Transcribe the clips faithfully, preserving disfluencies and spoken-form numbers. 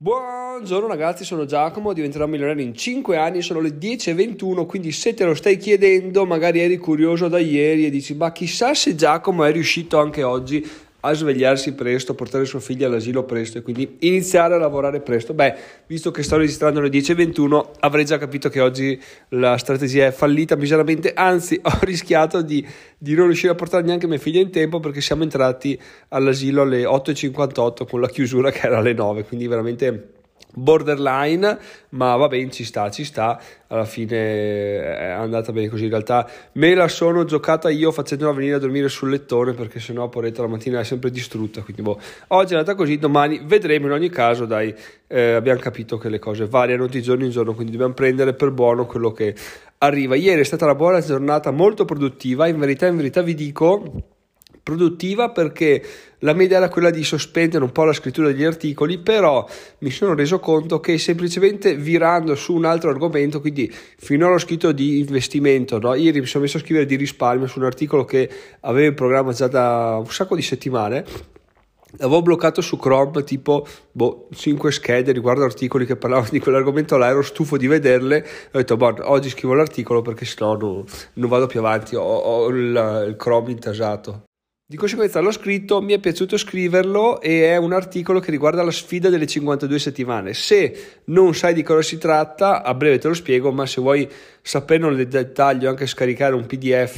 Buongiorno ragazzi, sono Giacomo, diventerò milionario in cinque anni, sono le dieci e ventuno, quindi se te lo stai chiedendo, magari eri curioso da ieri e dici ma chissà se Giacomo è riuscito anche oggi a svegliarsi presto, portare suo figlio all'asilo presto e quindi iniziare a lavorare presto. Beh, visto che sto registrando alle dieci e ventuno, avrei già capito che oggi la strategia è fallita miseramente, anzi ho rischiato di, di non riuscire a portare neanche mia figlia in tempo perché siamo entrati all'asilo alle otto e cinquantotto con la chiusura che era alle nove, quindi veramente borderline, ma va bene, ci sta, ci sta, alla fine è andata bene così. In realtà me la sono giocata io facendola venire a dormire sul lettone perché sennò poretta la mattina è sempre distrutta, quindi boh, oggi è andata così, domani vedremo. In ogni caso dai, eh, abbiamo capito che le cose variano di giorno in giorno, quindi dobbiamo prendere per buono quello che arriva. Ieri è stata una buona giornata, molto produttiva, in verità in verità vi dico produttiva perché la mia idea era quella di sospendere un po' la scrittura degli articoli, però mi sono reso conto che semplicemente virando su un altro argomento, quindi finora ho scritto di investimento, no? Ieri mi sono messo a scrivere di risparmio su un articolo che avevo in programma già da un sacco di settimane. Avevo bloccato su Chrome tipo boh, cinque schede riguardo articoli che parlavano di quell'argomento là, ero stufo di vederle, ho detto boh, oggi scrivo l'articolo perché sennò no, non vado più avanti, ho, ho il, il Chrome intasato. Di conseguenza l'ho scritto, mi è piaciuto scriverlo e è un articolo che riguarda la sfida delle cinquantadue settimane. Se non sai di cosa si tratta, a breve te lo spiego, ma se vuoi saperne nel dettaglio, anche scaricare un P D F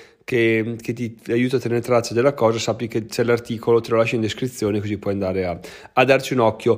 che, che ti aiuta a tenere traccia della cosa, sappi che c'è l'articolo, te lo lascio in descrizione così puoi andare a, a darci un occhio.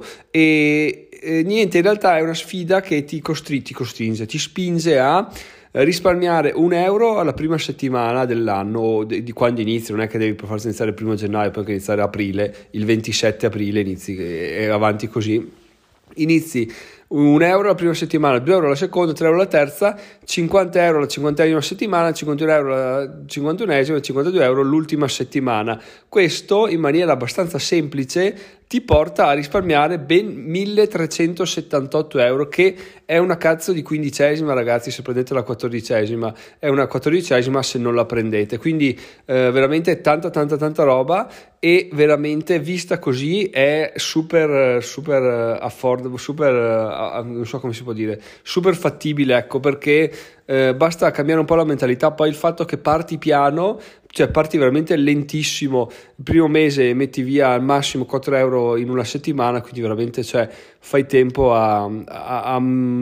E, e niente, in realtà è una sfida che ti, costri, ti costringe, ti spinge a risparmiare un euro alla prima settimana dell'anno o di, di quando inizi. Non è che devi per forza iniziare il primo gennaio, poi iniziare aprile, il ventisette aprile inizi e avanti così. Inizi un euro la prima settimana, due euro la seconda, tre euro la terza, cinquanta euro la cinquantunesima settimana, cinquantuno euro la cinquantunesima e cinquantadue euro l'ultima settimana. Questo in maniera abbastanza semplice ti porta a risparmiare ben milletrecentosettantotto euro, che è una cazzo di quindicesima, ragazzi. Se prendete la quattordicesima è una quattordicesima se non la prendete, quindi eh, veramente tanta tanta tanta roba, e veramente vista così è super super affordable, super uh, non so come si può dire, super fattibile, ecco, perché eh, basta cambiare un po' la mentalità. Poi il fatto che parti piano, cioè parti veramente lentissimo, il primo mese metti via al massimo quattro euro in una settimana, quindi veramente cioè fai tempo a, a, a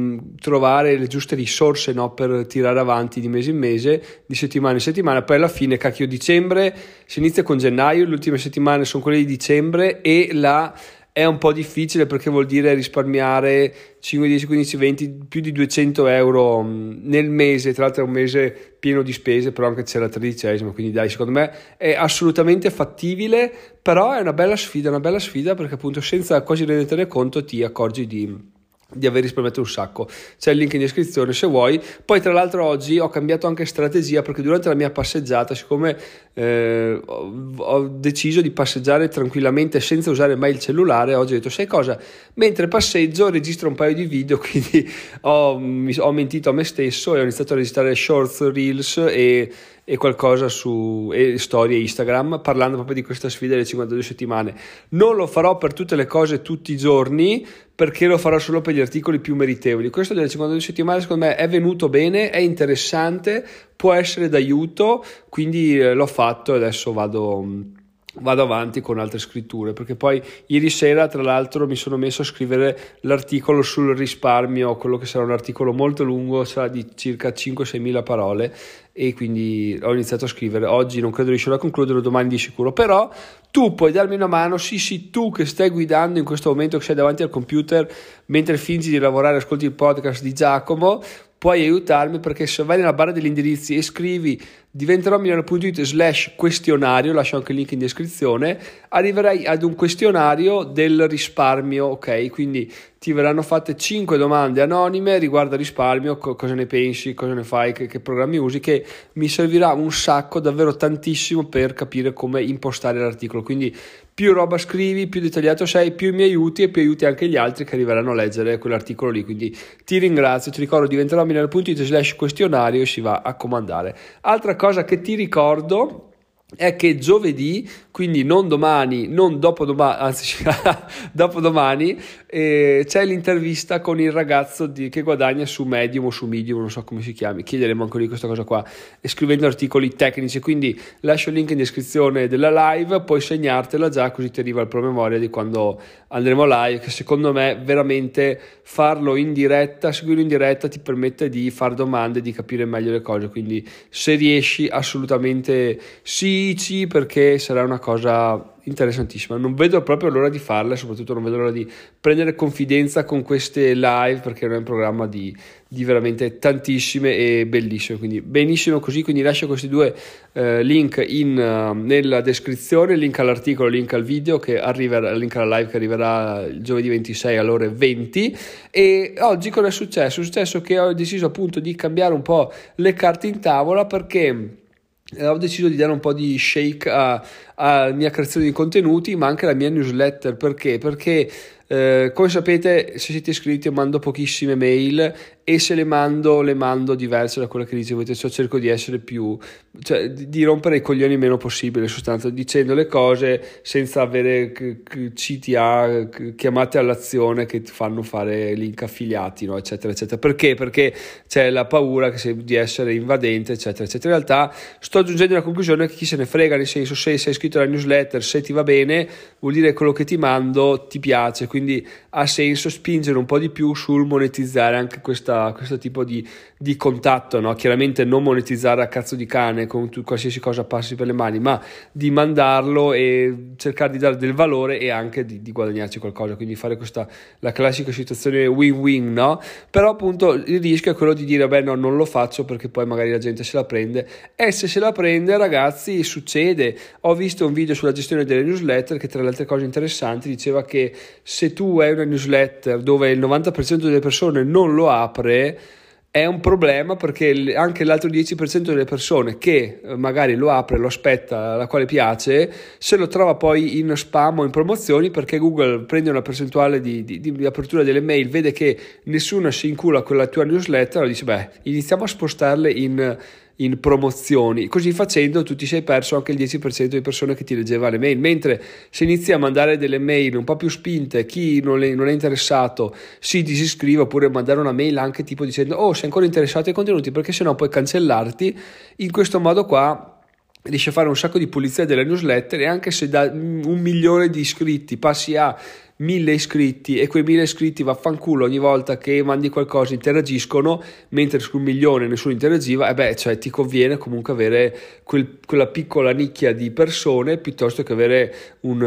trovare le giuste risorse, no, per tirare avanti di mese in mese, di settimana in settimana. Poi alla fine, cacchio, dicembre si inizia con gennaio, le ultime settimane sono quelle di dicembre e la è un po' difficile perché vuol dire risparmiare cinque, dieci, quindici, venti, più di duecento euro nel mese. Tra l'altro è un mese pieno di spese, però anche c'è la tredicesima, quindi dai, secondo me è assolutamente fattibile, però è una bella sfida, una bella sfida perché appunto senza quasi rendertene conto ti accorgi di... di aver risparmiato un sacco. C'è il link in descrizione se vuoi. Poi tra l'altro oggi ho cambiato anche strategia perché durante la mia passeggiata, siccome eh, ho, ho deciso di passeggiare tranquillamente senza usare mai il cellulare, oggi ho detto sai cosa, mentre passeggio registro un paio di video, quindi ho, mi, ho mentito a me stesso e ho iniziato a registrare shorts, reels e e qualcosa su e storie Instagram parlando proprio di questa sfida delle cinquantadue settimane. Non lo farò per tutte le cose tutti i giorni perché lo farò solo per gli articoli più meritevoli. Questo delle cinquantadue settimane secondo me è venuto bene, è interessante, può essere d'aiuto, quindi eh, l'ho fatto e adesso vado vado avanti con altre scritture, perché poi ieri sera tra l'altro mi sono messo a scrivere l'articolo sul risparmio, quello che sarà un articolo molto lungo, sarà di circa cinque sei mila parole, e quindi ho iniziato a scrivere. Oggi non credo riuscirò a concluderlo, domani di sicuro, però tu puoi darmi una mano. Sì sì, tu che stai guidando in questo momento, che sei davanti al computer mentre fingi di lavorare, ascolti il podcast di Giacomo, puoi aiutarmi, perché se vai nella barra degli indirizzi e scrivi diventerò milionario punto it slash questionario, lascio anche il link in descrizione, arriverai ad un questionario del risparmio, ok? Quindi ti verranno fatte cinque domande anonime riguardo al risparmio, co- cosa ne pensi, cosa ne fai, che, che programmi usi, che mi servirà un sacco, davvero tantissimo, per capire come impostare l'articolo. Quindi più roba scrivi, più dettagliato sei, più mi aiuti e più aiuti anche gli altri che arriveranno a leggere quell'articolo lì. Quindi ti ringrazio, ti ricordo diventerò milionario punto it slash questionario e si va a comandare. Altra cosa che ti ricordo è che giovedì, quindi non domani, non dopodomani, anzi dopodomani, eh, c'è l'intervista con il ragazzo di, che guadagna su Medium o su Medium, non so come si chiami, chiederemo ancora di questa cosa qua, e scrivendo articoli tecnici, quindi lascio il link in descrizione della live, puoi segnartela già così ti arriva il promemoria di quando andremo live, che secondo me veramente farlo in diretta, seguirlo in diretta ti permette di fare domande, di capire meglio le cose, quindi se riesci assolutamente sì, perché sarà una cosa interessantissima. Non vedo proprio l'ora di farla, soprattutto non vedo l'ora di prendere confidenza con queste live, perché è un programma di, di veramente tantissime e bellissime, quindi benissimo così. Quindi lascio questi due eh, link in, uh, nella descrizione, link all'articolo, link al video che arriverà, link alla live che arriverà il giovedì ventisei alle ore venti. E oggi cosa è successo? È successo che ho deciso appunto di cambiare un po' le carte in tavola, perché ho deciso di dare un po' di shake alla mia creazione di contenuti, ma anche alla mia newsletter. Perché? Perché eh, come sapete, se siete iscritti mando pochissime mail, e se le mando le mando diverse da quelle che ricevete, cioè cerco di essere più, cioè di, di rompere i coglioni il meno possibile, in sostanza, dicendo le cose senza avere c- c- C T A, c- chiamate all'azione che ti fanno fare link affiliati, no? eccetera eccetera. Perché? Perché c'è la paura che se, di essere invadente, eccetera eccetera. In realtà sto giungendo alla conclusione che chi se ne frega, nel senso, se sei iscritto alla newsletter, se ti va bene, vuol dire che quello che ti mando ti piace, quindi ha senso spingere un po' di più sul monetizzare anche questa questo tipo di, di contatto, no? Chiaramente non monetizzare a cazzo di cane con tu, qualsiasi cosa passi per le mani, ma di mandarlo e cercare di dare del valore e anche di, di guadagnarci qualcosa, quindi fare questa la classica situazione win-win, no? Però appunto il rischio è quello di dire beh no, non lo faccio perché poi magari la gente se la prende, e se se la prende, ragazzi, succede. Ho visto un video sulla gestione delle newsletter che tra le altre cose interessanti diceva che se tu hai una newsletter dove il novanta per cento delle persone non lo apre, è un problema, perché anche l'altro dieci per cento delle persone che magari lo apre, lo aspetta, alla quale piace, se lo trova poi in spam o in promozioni, perché Google prende una percentuale di, di, di apertura delle mail, vede che nessuno si incula con la tua newsletter, allora dice beh, iniziamo a spostarle in in promozioni. Così facendo tu ti sei perso anche il dieci per cento di persone che ti leggeva le mail, mentre se inizi a mandare delle mail un po' più spinte, chi non è, non è interessato si disiscrive, oppure mandare una mail anche tipo dicendo oh, sei ancora interessato ai contenuti, perché sennò puoi cancellarti. In questo modo qua riesci a fare un sacco di pulizia delle newsletter, e anche se da un milione di iscritti passi a mille iscritti, e quei mille iscritti vaffanculo ogni volta che mandi qualcosa interagiscono, mentre su un milione nessuno interagiva, e beh, cioè ti conviene comunque avere quel, quella piccola nicchia di persone piuttosto che avere un,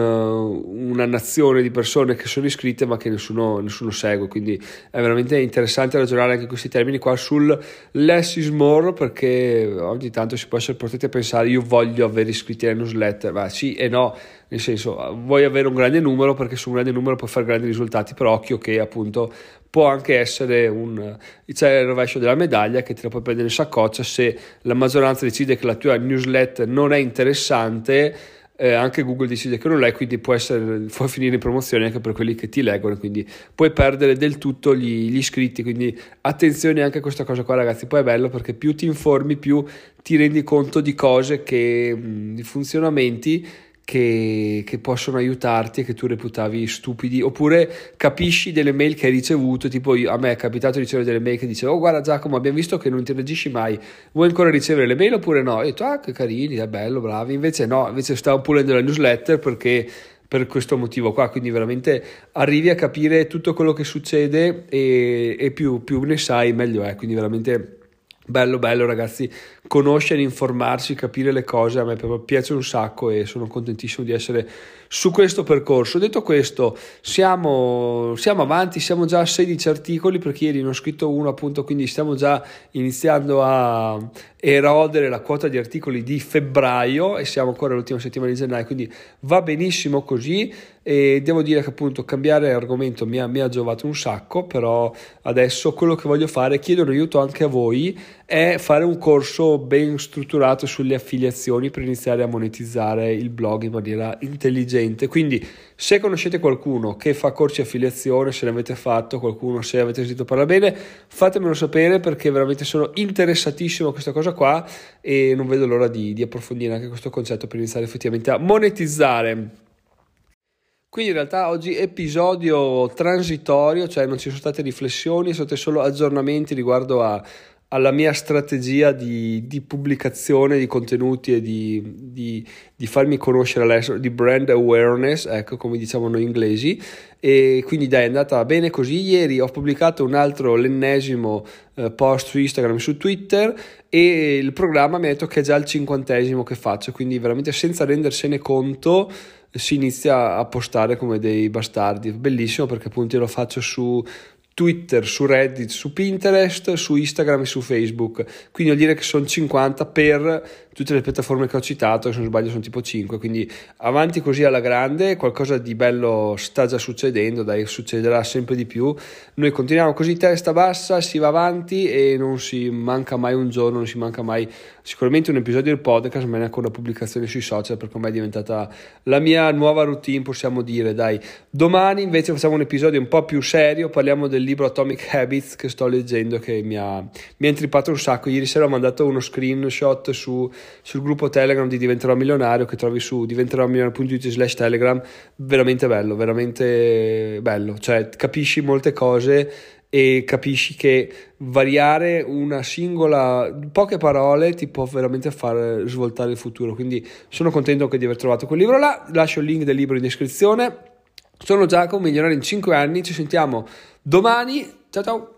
una nazione di persone che sono iscritte ma che nessuno, nessuno segue. Quindi è veramente interessante ragionare anche in questi termini qua sul less is more, perché ogni tanto si può essere portati a pensare io voglio avere iscritti alla newsletter, ma sì e no, nel senso vuoi avere un grande numero perché su un grande numero puoi fare grandi risultati, però occhio che appunto può anche essere un c'è il rovescio della medaglia, che te la puoi prendere in saccoccia se la maggioranza decide che la tua newsletter non è interessante. Eh, anche Google decide che non l'è, quindi può essere può finire in promozione anche per quelli che ti leggono, quindi puoi perdere del tutto gli, gli iscritti. Quindi attenzione anche a questa cosa qua, ragazzi. Poi è bello perché più ti informi, più ti rendi conto di cose che di funzionamenti Che, che possono aiutarti e che tu reputavi stupidi, oppure capisci delle mail che hai ricevuto. Tipo io, a me è capitato di ricevere delle mail che dicevano oh guarda Giacomo, abbiamo visto che non interagisci mai, vuoi ancora ricevere le mail oppure no? E io ho detto ah che carini, è bello, bravi. Invece no, invece stavo pulendo la newsletter perché per questo motivo qua. Quindi veramente arrivi a capire tutto quello che succede, e, e più, più ne sai meglio è. Quindi veramente bello bello, ragazzi, conoscere, informarsi, capire le cose a me proprio piace un sacco, e sono contentissimo di essere su questo percorso. Detto questo, siamo, siamo avanti, siamo già a sedici articoli, perché ieri ne ho scritto uno appunto, quindi stiamo già iniziando a erodere la quota di articoli di febbraio, e siamo ancora all'ultima settimana di gennaio, quindi va benissimo così. E devo dire che appunto cambiare argomento mi ha, mi ha giovato un sacco, però adesso quello che voglio fare, chiedo un aiuto anche a voi, è fare un corso ben strutturato sulle affiliazioni per iniziare a monetizzare il blog in maniera intelligente gente. Quindi se conoscete qualcuno che fa corsi affiliazione, se ne avete fatto qualcuno, se avete sentito parlare bene, fatemelo sapere, perché veramente sono interessatissimo a questa cosa qua e non vedo l'ora di, di approfondire anche questo concetto per iniziare effettivamente a monetizzare. Quindi in realtà oggi episodio transitorio, cioè non ci sono state riflessioni, sono stati solo aggiornamenti riguardo a, alla mia strategia di, di pubblicazione di contenuti e di, di, di farmi conoscere all'estero, di brand awareness, ecco, come diciamo noi inglesi. E quindi dai, è andata bene così. Ieri ho pubblicato un altro, l'ennesimo eh, post su Instagram e su Twitter, e il programma mi ha detto che è già il cinquantesimo che faccio, quindi veramente senza rendersene conto si inizia a postare come dei bastardi. Bellissimo, perché appunto io lo faccio su Twitter, su Reddit, su Pinterest, su Instagram e su Facebook, quindi vuol dire che sono cinquanta per tutte le piattaforme che ho citato, se non sbaglio sono tipo cinque, quindi avanti così alla grande, qualcosa di bello sta già succedendo, dai, succederà sempre di più. Noi continuiamo così testa bassa, si va avanti e non si manca mai un giorno, non si manca mai sicuramente un episodio del podcast, ma neanche una pubblicazione sui social, perché ormai è diventata la mia nuova routine, possiamo dire. Dai, domani invece facciamo un episodio un po' più serio, parliamo del libro Atomic Habits che sto leggendo, che mi ha, mi ha intrippato un sacco. Ieri sera ho mandato uno screenshot su, sul gruppo Telegram di Diventerò Milionario, che trovi su diventerò milionario punto it slash telegram. Veramente bello, veramente bello, cioè capisci molte cose e capisci che variare una singola, poche parole ti può veramente far svoltare il futuro. Quindi sono contento anche di aver trovato quel libro là. Lascio il link del libro in descrizione. Sono Giacomo, milionario in cinque anni, ci sentiamo domani, ciao ciao.